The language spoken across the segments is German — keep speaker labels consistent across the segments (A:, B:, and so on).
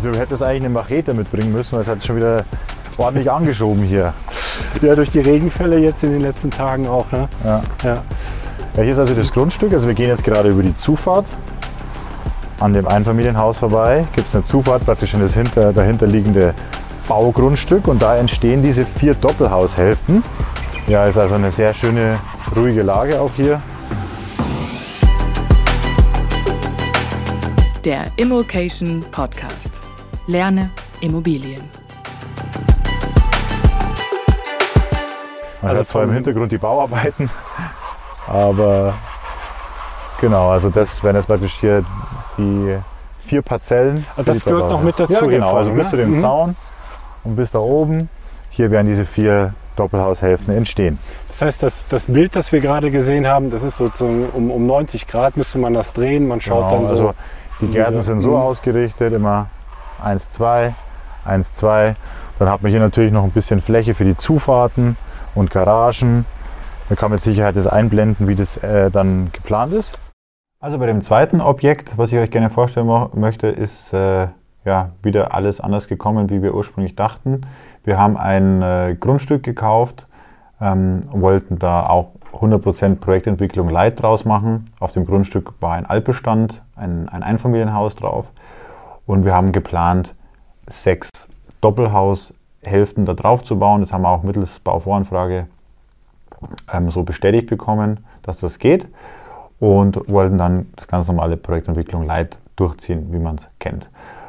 A: Du hättest eigentlich eine Machete mitbringen müssen, weil es hat schon wieder ordentlich angeschoben hier.
B: Ja, durch die Regenfälle jetzt in den letzten Tagen auch, ne?
A: Ja.
B: Ja.
A: Ja, hier ist also das Grundstück. Also wir gehen jetzt gerade über die Zufahrt an dem Einfamilienhaus vorbei. Gibt es eine Zufahrt praktisch in das dahinterliegende Baugrundstück und da entstehen diese 4 Doppelhaushälften. Ja, ist also eine sehr schöne, ruhige Lage auch hier.
C: Der Immokation Podcast. Lerne Immobilien.
A: Man hört zwar im Hintergrund die Bauarbeiten, aber genau, also das wären jetzt praktisch hier die 4 Parzellen.
B: Also das gehört noch mit dazu.
A: Ja, genau, also
B: vorne,
A: bis zu dem Zaun und bis da oben. Hier werden diese 4 Doppelhaushälften entstehen.
B: Das heißt, das Bild, das wir gerade gesehen haben, das ist sozusagen um 90 Grad müsste man das drehen. Man schaut
A: Genau,
B: dann so.
A: also die Gärten sind so ausgerichtet, immer 1, 2, 1, 2. Dann hat man hier natürlich noch ein bisschen Fläche für die Zufahrten und Garagen. Da kann man mit Sicherheit das einblenden, wie das dann geplant ist. Also bei dem zweiten Objekt, was ich euch gerne vorstellen möchte, ist wieder alles anders gekommen, wie wir ursprünglich dachten. Wir haben ein Grundstück gekauft, wollten da auch 100% Projektentwicklung Light draus machen. Auf dem Grundstück war ein Altbestand, ein Einfamilienhaus drauf. Und wir haben geplant, 6 Doppelhaushälften da drauf zu bauen. Das haben wir auch mittels Bauvoranfrage so bestätigt bekommen, dass das geht. Und wollten dann das ganz normale Projektentwicklung Light durchziehen, wie man es kennt.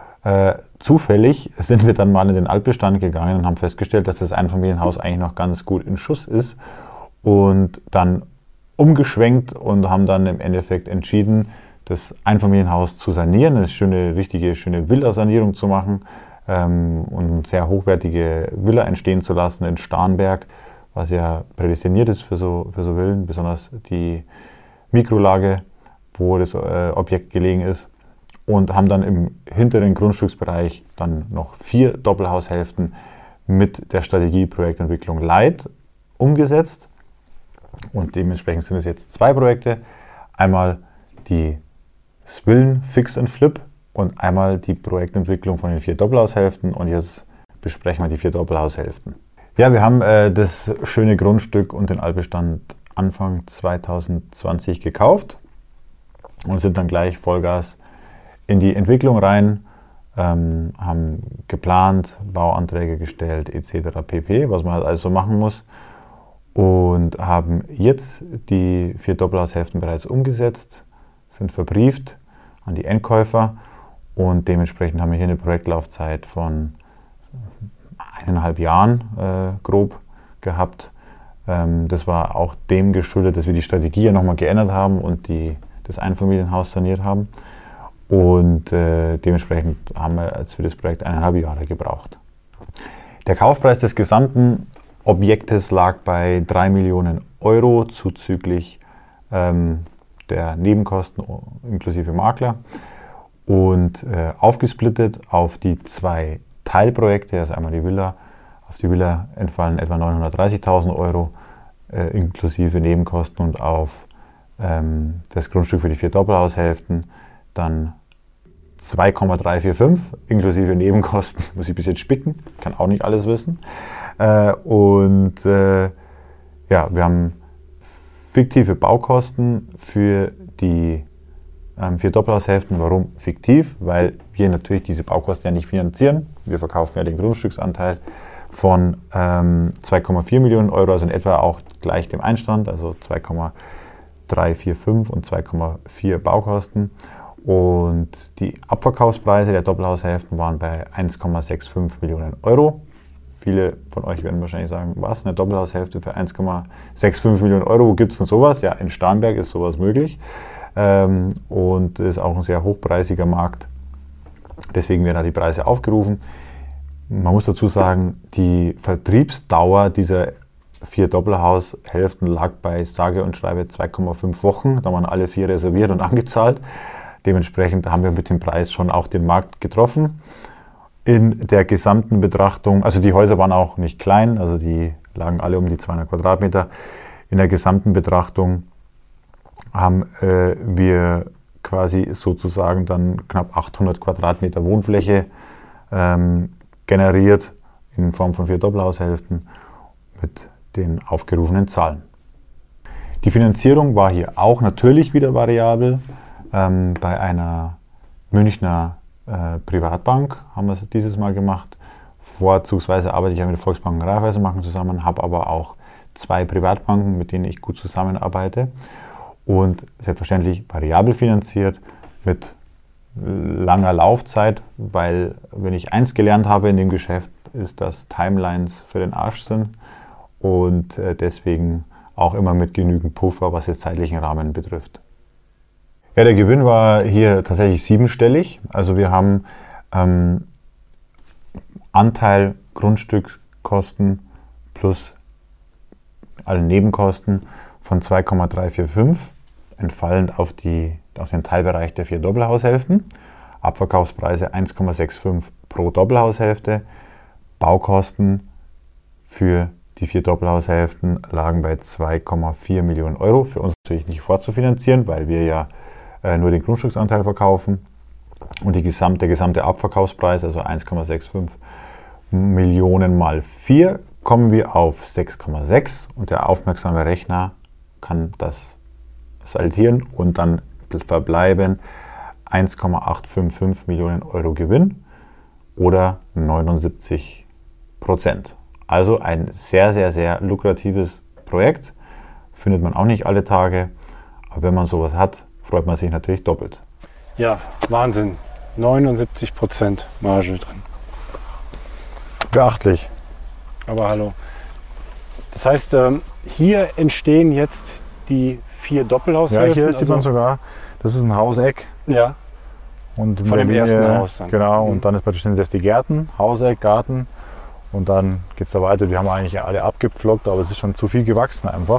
A: Zufällig sind wir dann mal in den Altbestand gegangen und haben festgestellt, dass das Einfamilienhaus eigentlich noch ganz gut in Schuss ist. Und dann umgeschwenkt und haben dann im Endeffekt entschieden, das Einfamilienhaus zu sanieren, eine schöne Villa-Sanierung zu machen und eine sehr hochwertige Villa entstehen zu lassen in Starnberg, was ja prädestiniert ist für so Villen, besonders die Mikrolage, wo das Objekt gelegen ist. Und haben dann im hinteren Grundstücksbereich dann noch 4 Doppelhaushälften mit der Strategie Projektentwicklung Light umgesetzt. Und dementsprechend sind es jetzt 2 Projekte. Einmal die Swillen Fix and Flip und einmal die Projektentwicklung von den 4 Doppelhaushälften. Und jetzt besprechen wir die 4 Doppelhaushälften. Ja, wir haben das schöne Grundstück und den Altbestand Anfang 2020 gekauft und sind dann gleich Vollgas in die Entwicklung rein, haben geplant, Bauanträge gestellt etc. pp., was man halt also machen muss. Und haben jetzt die 4 Doppelhaushälften bereits umgesetzt, sind verbrieft an die Endkäufer und dementsprechend haben wir hier eine Projektlaufzeit von 1,5 Jahren grob gehabt. Das war auch dem geschuldet, dass wir die Strategie ja nochmal geändert haben und das Einfamilienhaus saniert haben. Und dementsprechend haben wir jetzt für das Projekt 1,5 Jahre gebraucht. Der Kaufpreis des gesamten Objektes lag bei 3 Millionen Euro zuzüglich der Nebenkosten inklusive Makler und aufgesplittet auf die 2 Teilprojekte, also einmal die Villa. Auf die Villa entfallen etwa 930.000 Euro inklusive Nebenkosten und auf das Grundstück für die 4 Doppelhaushälften dann 2,345 inklusive Nebenkosten, muss ich ein bisschen spicken, kann auch nicht alles wissen. Wir haben fiktive Baukosten für die 4 Doppelhaushälften. Warum fiktiv? Weil wir natürlich diese Baukosten ja nicht finanzieren. Wir verkaufen ja den Grundstücksanteil von 2,4 Millionen Euro, also in etwa auch gleich dem Einstand, also 2,345 und 2,4 Baukosten. Und die Abverkaufspreise der Doppelhaushälften waren bei 1,65 Millionen Euro. Viele von euch werden wahrscheinlich sagen, was, eine Doppelhaushälfte für 1,65 Millionen Euro, wo gibt es denn sowas? Ja, in Starnberg ist sowas möglich und ist auch ein sehr hochpreisiger Markt. Deswegen werden da die Preise aufgerufen. Man muss dazu sagen, die Vertriebsdauer dieser 4 Doppelhaushälften lag bei sage und schreibe 2,5 Wochen. Da waren alle 4 reserviert und angezahlt. Dementsprechend haben wir mit dem Preis schon auch den Markt getroffen. In der gesamten Betrachtung, also die Häuser waren auch nicht klein, also die lagen alle um die 200 Quadratmeter. In der gesamten Betrachtung haben wir quasi sozusagen dann knapp 800 Quadratmeter Wohnfläche generiert in Form von 4 Doppelhaushälften mit den aufgerufenen Zahlen. Die Finanzierung war hier auch natürlich wieder variabel. Bei einer Münchner Privatbank haben wir es dieses Mal gemacht. Vorzugsweise arbeite ich ja mit Volksbanken und Raiffeisenbanken zusammen, habe aber auch 2 Privatbanken, mit denen ich gut zusammenarbeite. Und selbstverständlich variabel finanziert mit langer Laufzeit, weil wenn ich eins gelernt habe in dem Geschäft, ist, dass Timelines für den Arsch sind und deswegen auch immer mit genügend Puffer, was den zeitlichen Rahmen betrifft. Ja, der Gewinn war hier tatsächlich 7-stellig. Also wir haben Anteil Grundstückskosten plus alle Nebenkosten von 2,345, entfallend auf den Teilbereich der 4 Doppelhaushälften. Abverkaufspreise 1,65 pro Doppelhaushälfte. Baukosten für die 4 Doppelhaushälften lagen bei 2,4 Millionen Euro. Für uns natürlich nicht vorzufinanzieren, weil wir ja nur den Grundstücksanteil verkaufen. Und der gesamte Abverkaufspreis, also 1,65 Millionen mal 4, kommen wir auf 6,6 und der aufmerksame Rechner kann das saldieren und dann verbleiben 1,855 Millionen Euro Gewinn oder 79%. Also ein sehr, sehr, sehr lukratives Projekt, findet man auch nicht alle Tage, aber wenn man sowas hat, freut man sich natürlich doppelt.
B: Ja, Wahnsinn. 79% Marge drin.
A: Beachtlich.
B: Aber hallo. Das heißt, hier entstehen jetzt die 4 Doppelhaushälften.
A: Ja, hier sieht man sogar, das ist ein Hauseck.
B: Ja.
A: Und in
B: von
A: der
B: dem
A: Linie,
B: ersten Haus dann.
A: Genau, und dann sind das die Gärten, Hauseck, Garten. Und dann geht es da weiter. Die haben eigentlich alle abgepflockt, aber es ist schon zu viel gewachsen einfach.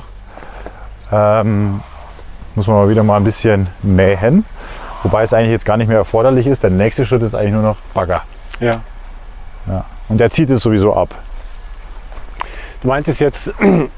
A: Muss man mal wieder mal ein bisschen mähen. Wobei es eigentlich jetzt gar nicht mehr erforderlich ist. Der nächste Schritt ist eigentlich nur noch Bagger.
B: Ja.
A: Ja. Und der zieht es sowieso ab.
B: Du meintest jetzt,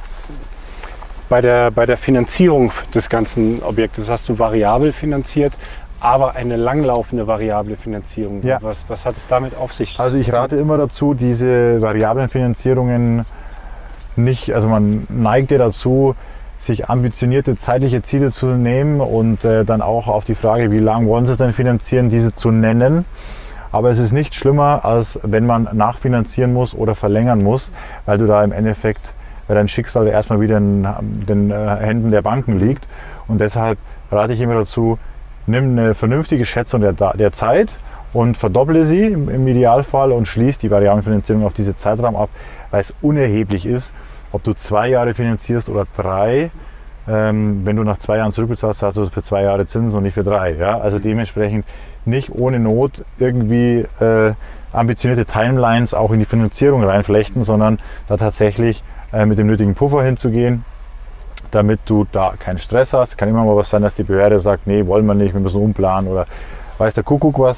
B: bei der Finanzierung des ganzen Objektes hast du variabel finanziert, aber eine langlaufende variable Finanzierung.
A: Ja.
B: Was hat es damit auf sich?
A: Also ich rate immer dazu, diese variablen Finanzierungen nicht, also man neigt ja dazu, sich ambitionierte zeitliche Ziele zu nehmen und dann auch auf die Frage, wie lange wollen Sie es denn finanzieren, diese zu nennen. Aber es ist nicht schlimmer, als wenn man nachfinanzieren muss oder verlängern muss, weil du da im Endeffekt, weil dein Schicksal erstmal wieder in den Händen der Banken liegt. Und deshalb rate ich immer dazu, nimm eine vernünftige Schätzung der Zeit und verdopple sie im Idealfall und schließ die Variablenfinanzierung auf diese Zeitraum ab, weil es unerheblich ist, ob du 2 Jahre finanzierst oder 3. Wenn du nach 2 Jahren zurückbezahlst, hast du für 2 Jahre Zinsen und nicht für 3. Ja? Also dementsprechend nicht ohne Not irgendwie ambitionierte Timelines auch in die Finanzierung reinflechten, sondern da tatsächlich mit dem nötigen Puffer hinzugehen, damit du da keinen Stress hast. Kann immer mal was sein, dass die Behörde sagt, nee, wollen wir nicht, wir müssen umplanen oder weiß der Kuckuck was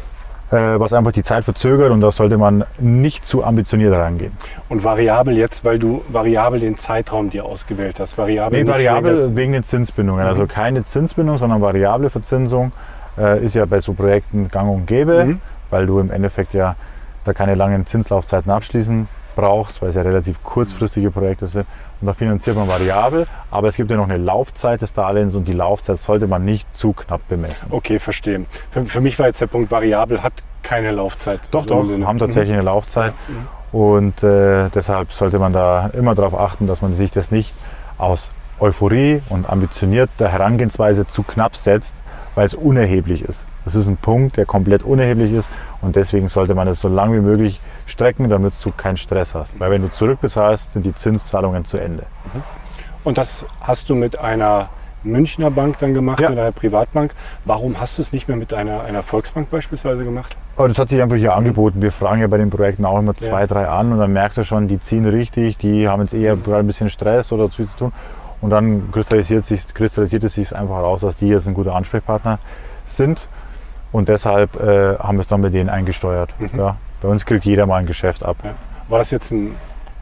A: einfach die Zeit verzögert, und da sollte man nicht zu ambitioniert rangehen.
B: Und variabel jetzt, weil du variabel den Zeitraum dir ausgewählt hast. Variabel,
A: wegen den Zinsbindungen. Also keine Zinsbindung, sondern variable Verzinsung ist ja bei so Projekten gang und gäbe, weil du im Endeffekt ja da keine langen Zinslaufzeiten abschließen brauchst, weil es ja relativ kurzfristige Projekte sind. Und da finanziert man variabel, aber es gibt ja noch eine Laufzeit des Darlehens und die Laufzeit sollte man nicht zu knapp bemessen.
B: Okay, verstehe. Für mich war jetzt der Punkt, variabel hat keine Laufzeit.
A: Doch, haben tatsächlich eine Laufzeit. Und deshalb sollte man da immer darauf achten, dass man sich das nicht aus Euphorie und ambitionierter Herangehensweise zu knapp setzt, weil es unerheblich ist. Das ist ein Punkt, der komplett unerheblich ist, und deswegen sollte man es so lange wie möglich strecken, damit du keinen Stress hast. Weil wenn du zurückbezahlst, sind die Zinszahlungen zu Ende.
B: Und das hast du mit einer Münchner Bank dann gemacht,
A: ja,
B: mit einer Privatbank. Warum hast du es nicht mehr mit einer Volksbank beispielsweise gemacht?
A: Aber das hat sich einfach hier angeboten. Wir fragen ja bei den Projekten auch immer 2, 3 an, und dann merkst du schon, die ziehen richtig, die haben jetzt eher ein bisschen Stress oder zu viel zu tun. Und dann kristallisiert es sich einfach raus, dass die jetzt ein guter Ansprechpartner sind. Und deshalb haben wir es dann mit denen eingesteuert. Ja. Bei uns kriegt jeder mal ein Geschäft ab.
B: Ja. War das jetzt ein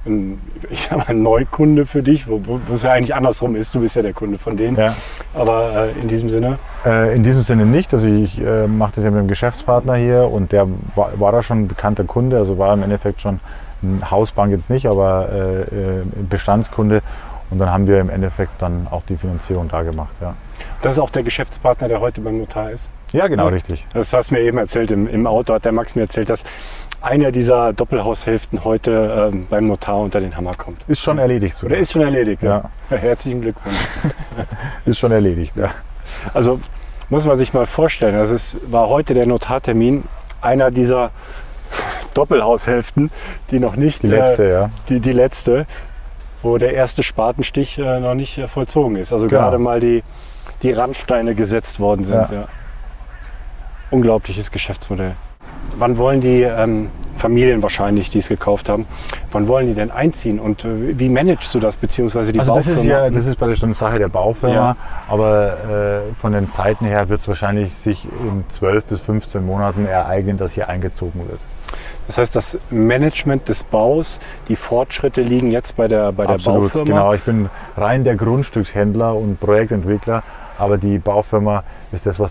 B: ich sag mal, ein Neukunde für dich, wo es ja eigentlich andersrum ist. Du bist ja der Kunde von denen.
A: Ja.
B: Aber in diesem Sinne?
A: In diesem Sinne nicht. Also ich mache das ja mit einem Geschäftspartner hier und der war da schon ein bekannter Kunde. Also war im Endeffekt schon eine Hausbank jetzt nicht, aber Bestandskunde. Und dann haben wir im Endeffekt dann auch die Finanzierung da gemacht. Ja.
B: Das ist auch der Geschäftspartner, der heute beim Notar ist?
A: Ja, genau, richtig.
B: Das hast du mir eben erzählt. Im Auto hat der Max mir erzählt, dass einer dieser Doppelhaushälften heute beim Notar unter den Hammer kommt.
A: Ist schon erledigt sogar.
B: Oder ist schon erledigt,
A: ja.
B: Herzlichen Glückwunsch.
A: Ist schon erledigt, ja.
B: Also muss man sich mal vorstellen, war heute der Notartermin einer dieser Doppelhaushälften, die noch nicht...
A: Die letzte,
B: die letzte, wo der erste Spatenstich noch nicht vollzogen ist. Also
A: genau.
B: gerade mal die Randsteine gesetzt worden sind.
A: Ja.
B: Ja. Unglaubliches Geschäftsmodell. Wann wollen die Familien wahrscheinlich, die es gekauft haben, wann wollen die denn einziehen und wie managst du das, beziehungsweise die Baufirma?
A: Das ist bei der Sache der Baufirma,
B: ja.
A: Aber von den Zeiten her wird es wahrscheinlich sich in 12 bis 15 Monaten ereignen, dass hier eingezogen wird.
B: Das heißt, das Management des Baus, die Fortschritte liegen jetzt bei der
A: Absolut,
B: Baufirma?
A: Genau, ich bin rein der Grundstückshändler und Projektentwickler, aber die Baufirma ist das, was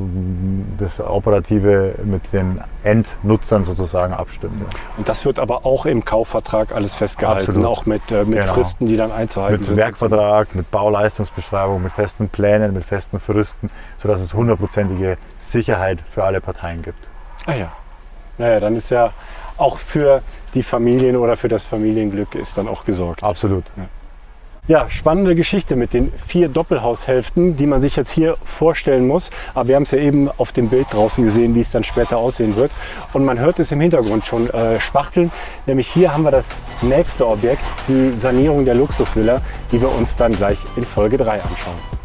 A: das Operative mit den Endnutzern sozusagen abstimmt. Ja.
B: Und das wird aber auch im Kaufvertrag alles festgehalten,
A: Absolut.
B: Auch mit
A: Genau.
B: Fristen, die dann einzuhalten sind?
A: Mit Werkvertrag, mit Bauleistungsbeschreibung, mit festen Plänen, mit festen Fristen, sodass es 100%ige Sicherheit für alle Parteien gibt.
B: Ah ja. Naja, dann ist ja auch für die Familien oder für das Familienglück ist dann auch gesorgt.
A: Absolut.
B: Ja, spannende Geschichte mit den 4 Doppelhaushälften, die man sich jetzt hier vorstellen muss. Aber wir haben es ja eben auf dem Bild draußen gesehen, wie es dann später aussehen wird. Und man hört es im Hintergrund schon spachteln. Nämlich hier haben wir das nächste Objekt, die Sanierung der Luxusvilla, die wir uns dann gleich in Folge 3 anschauen.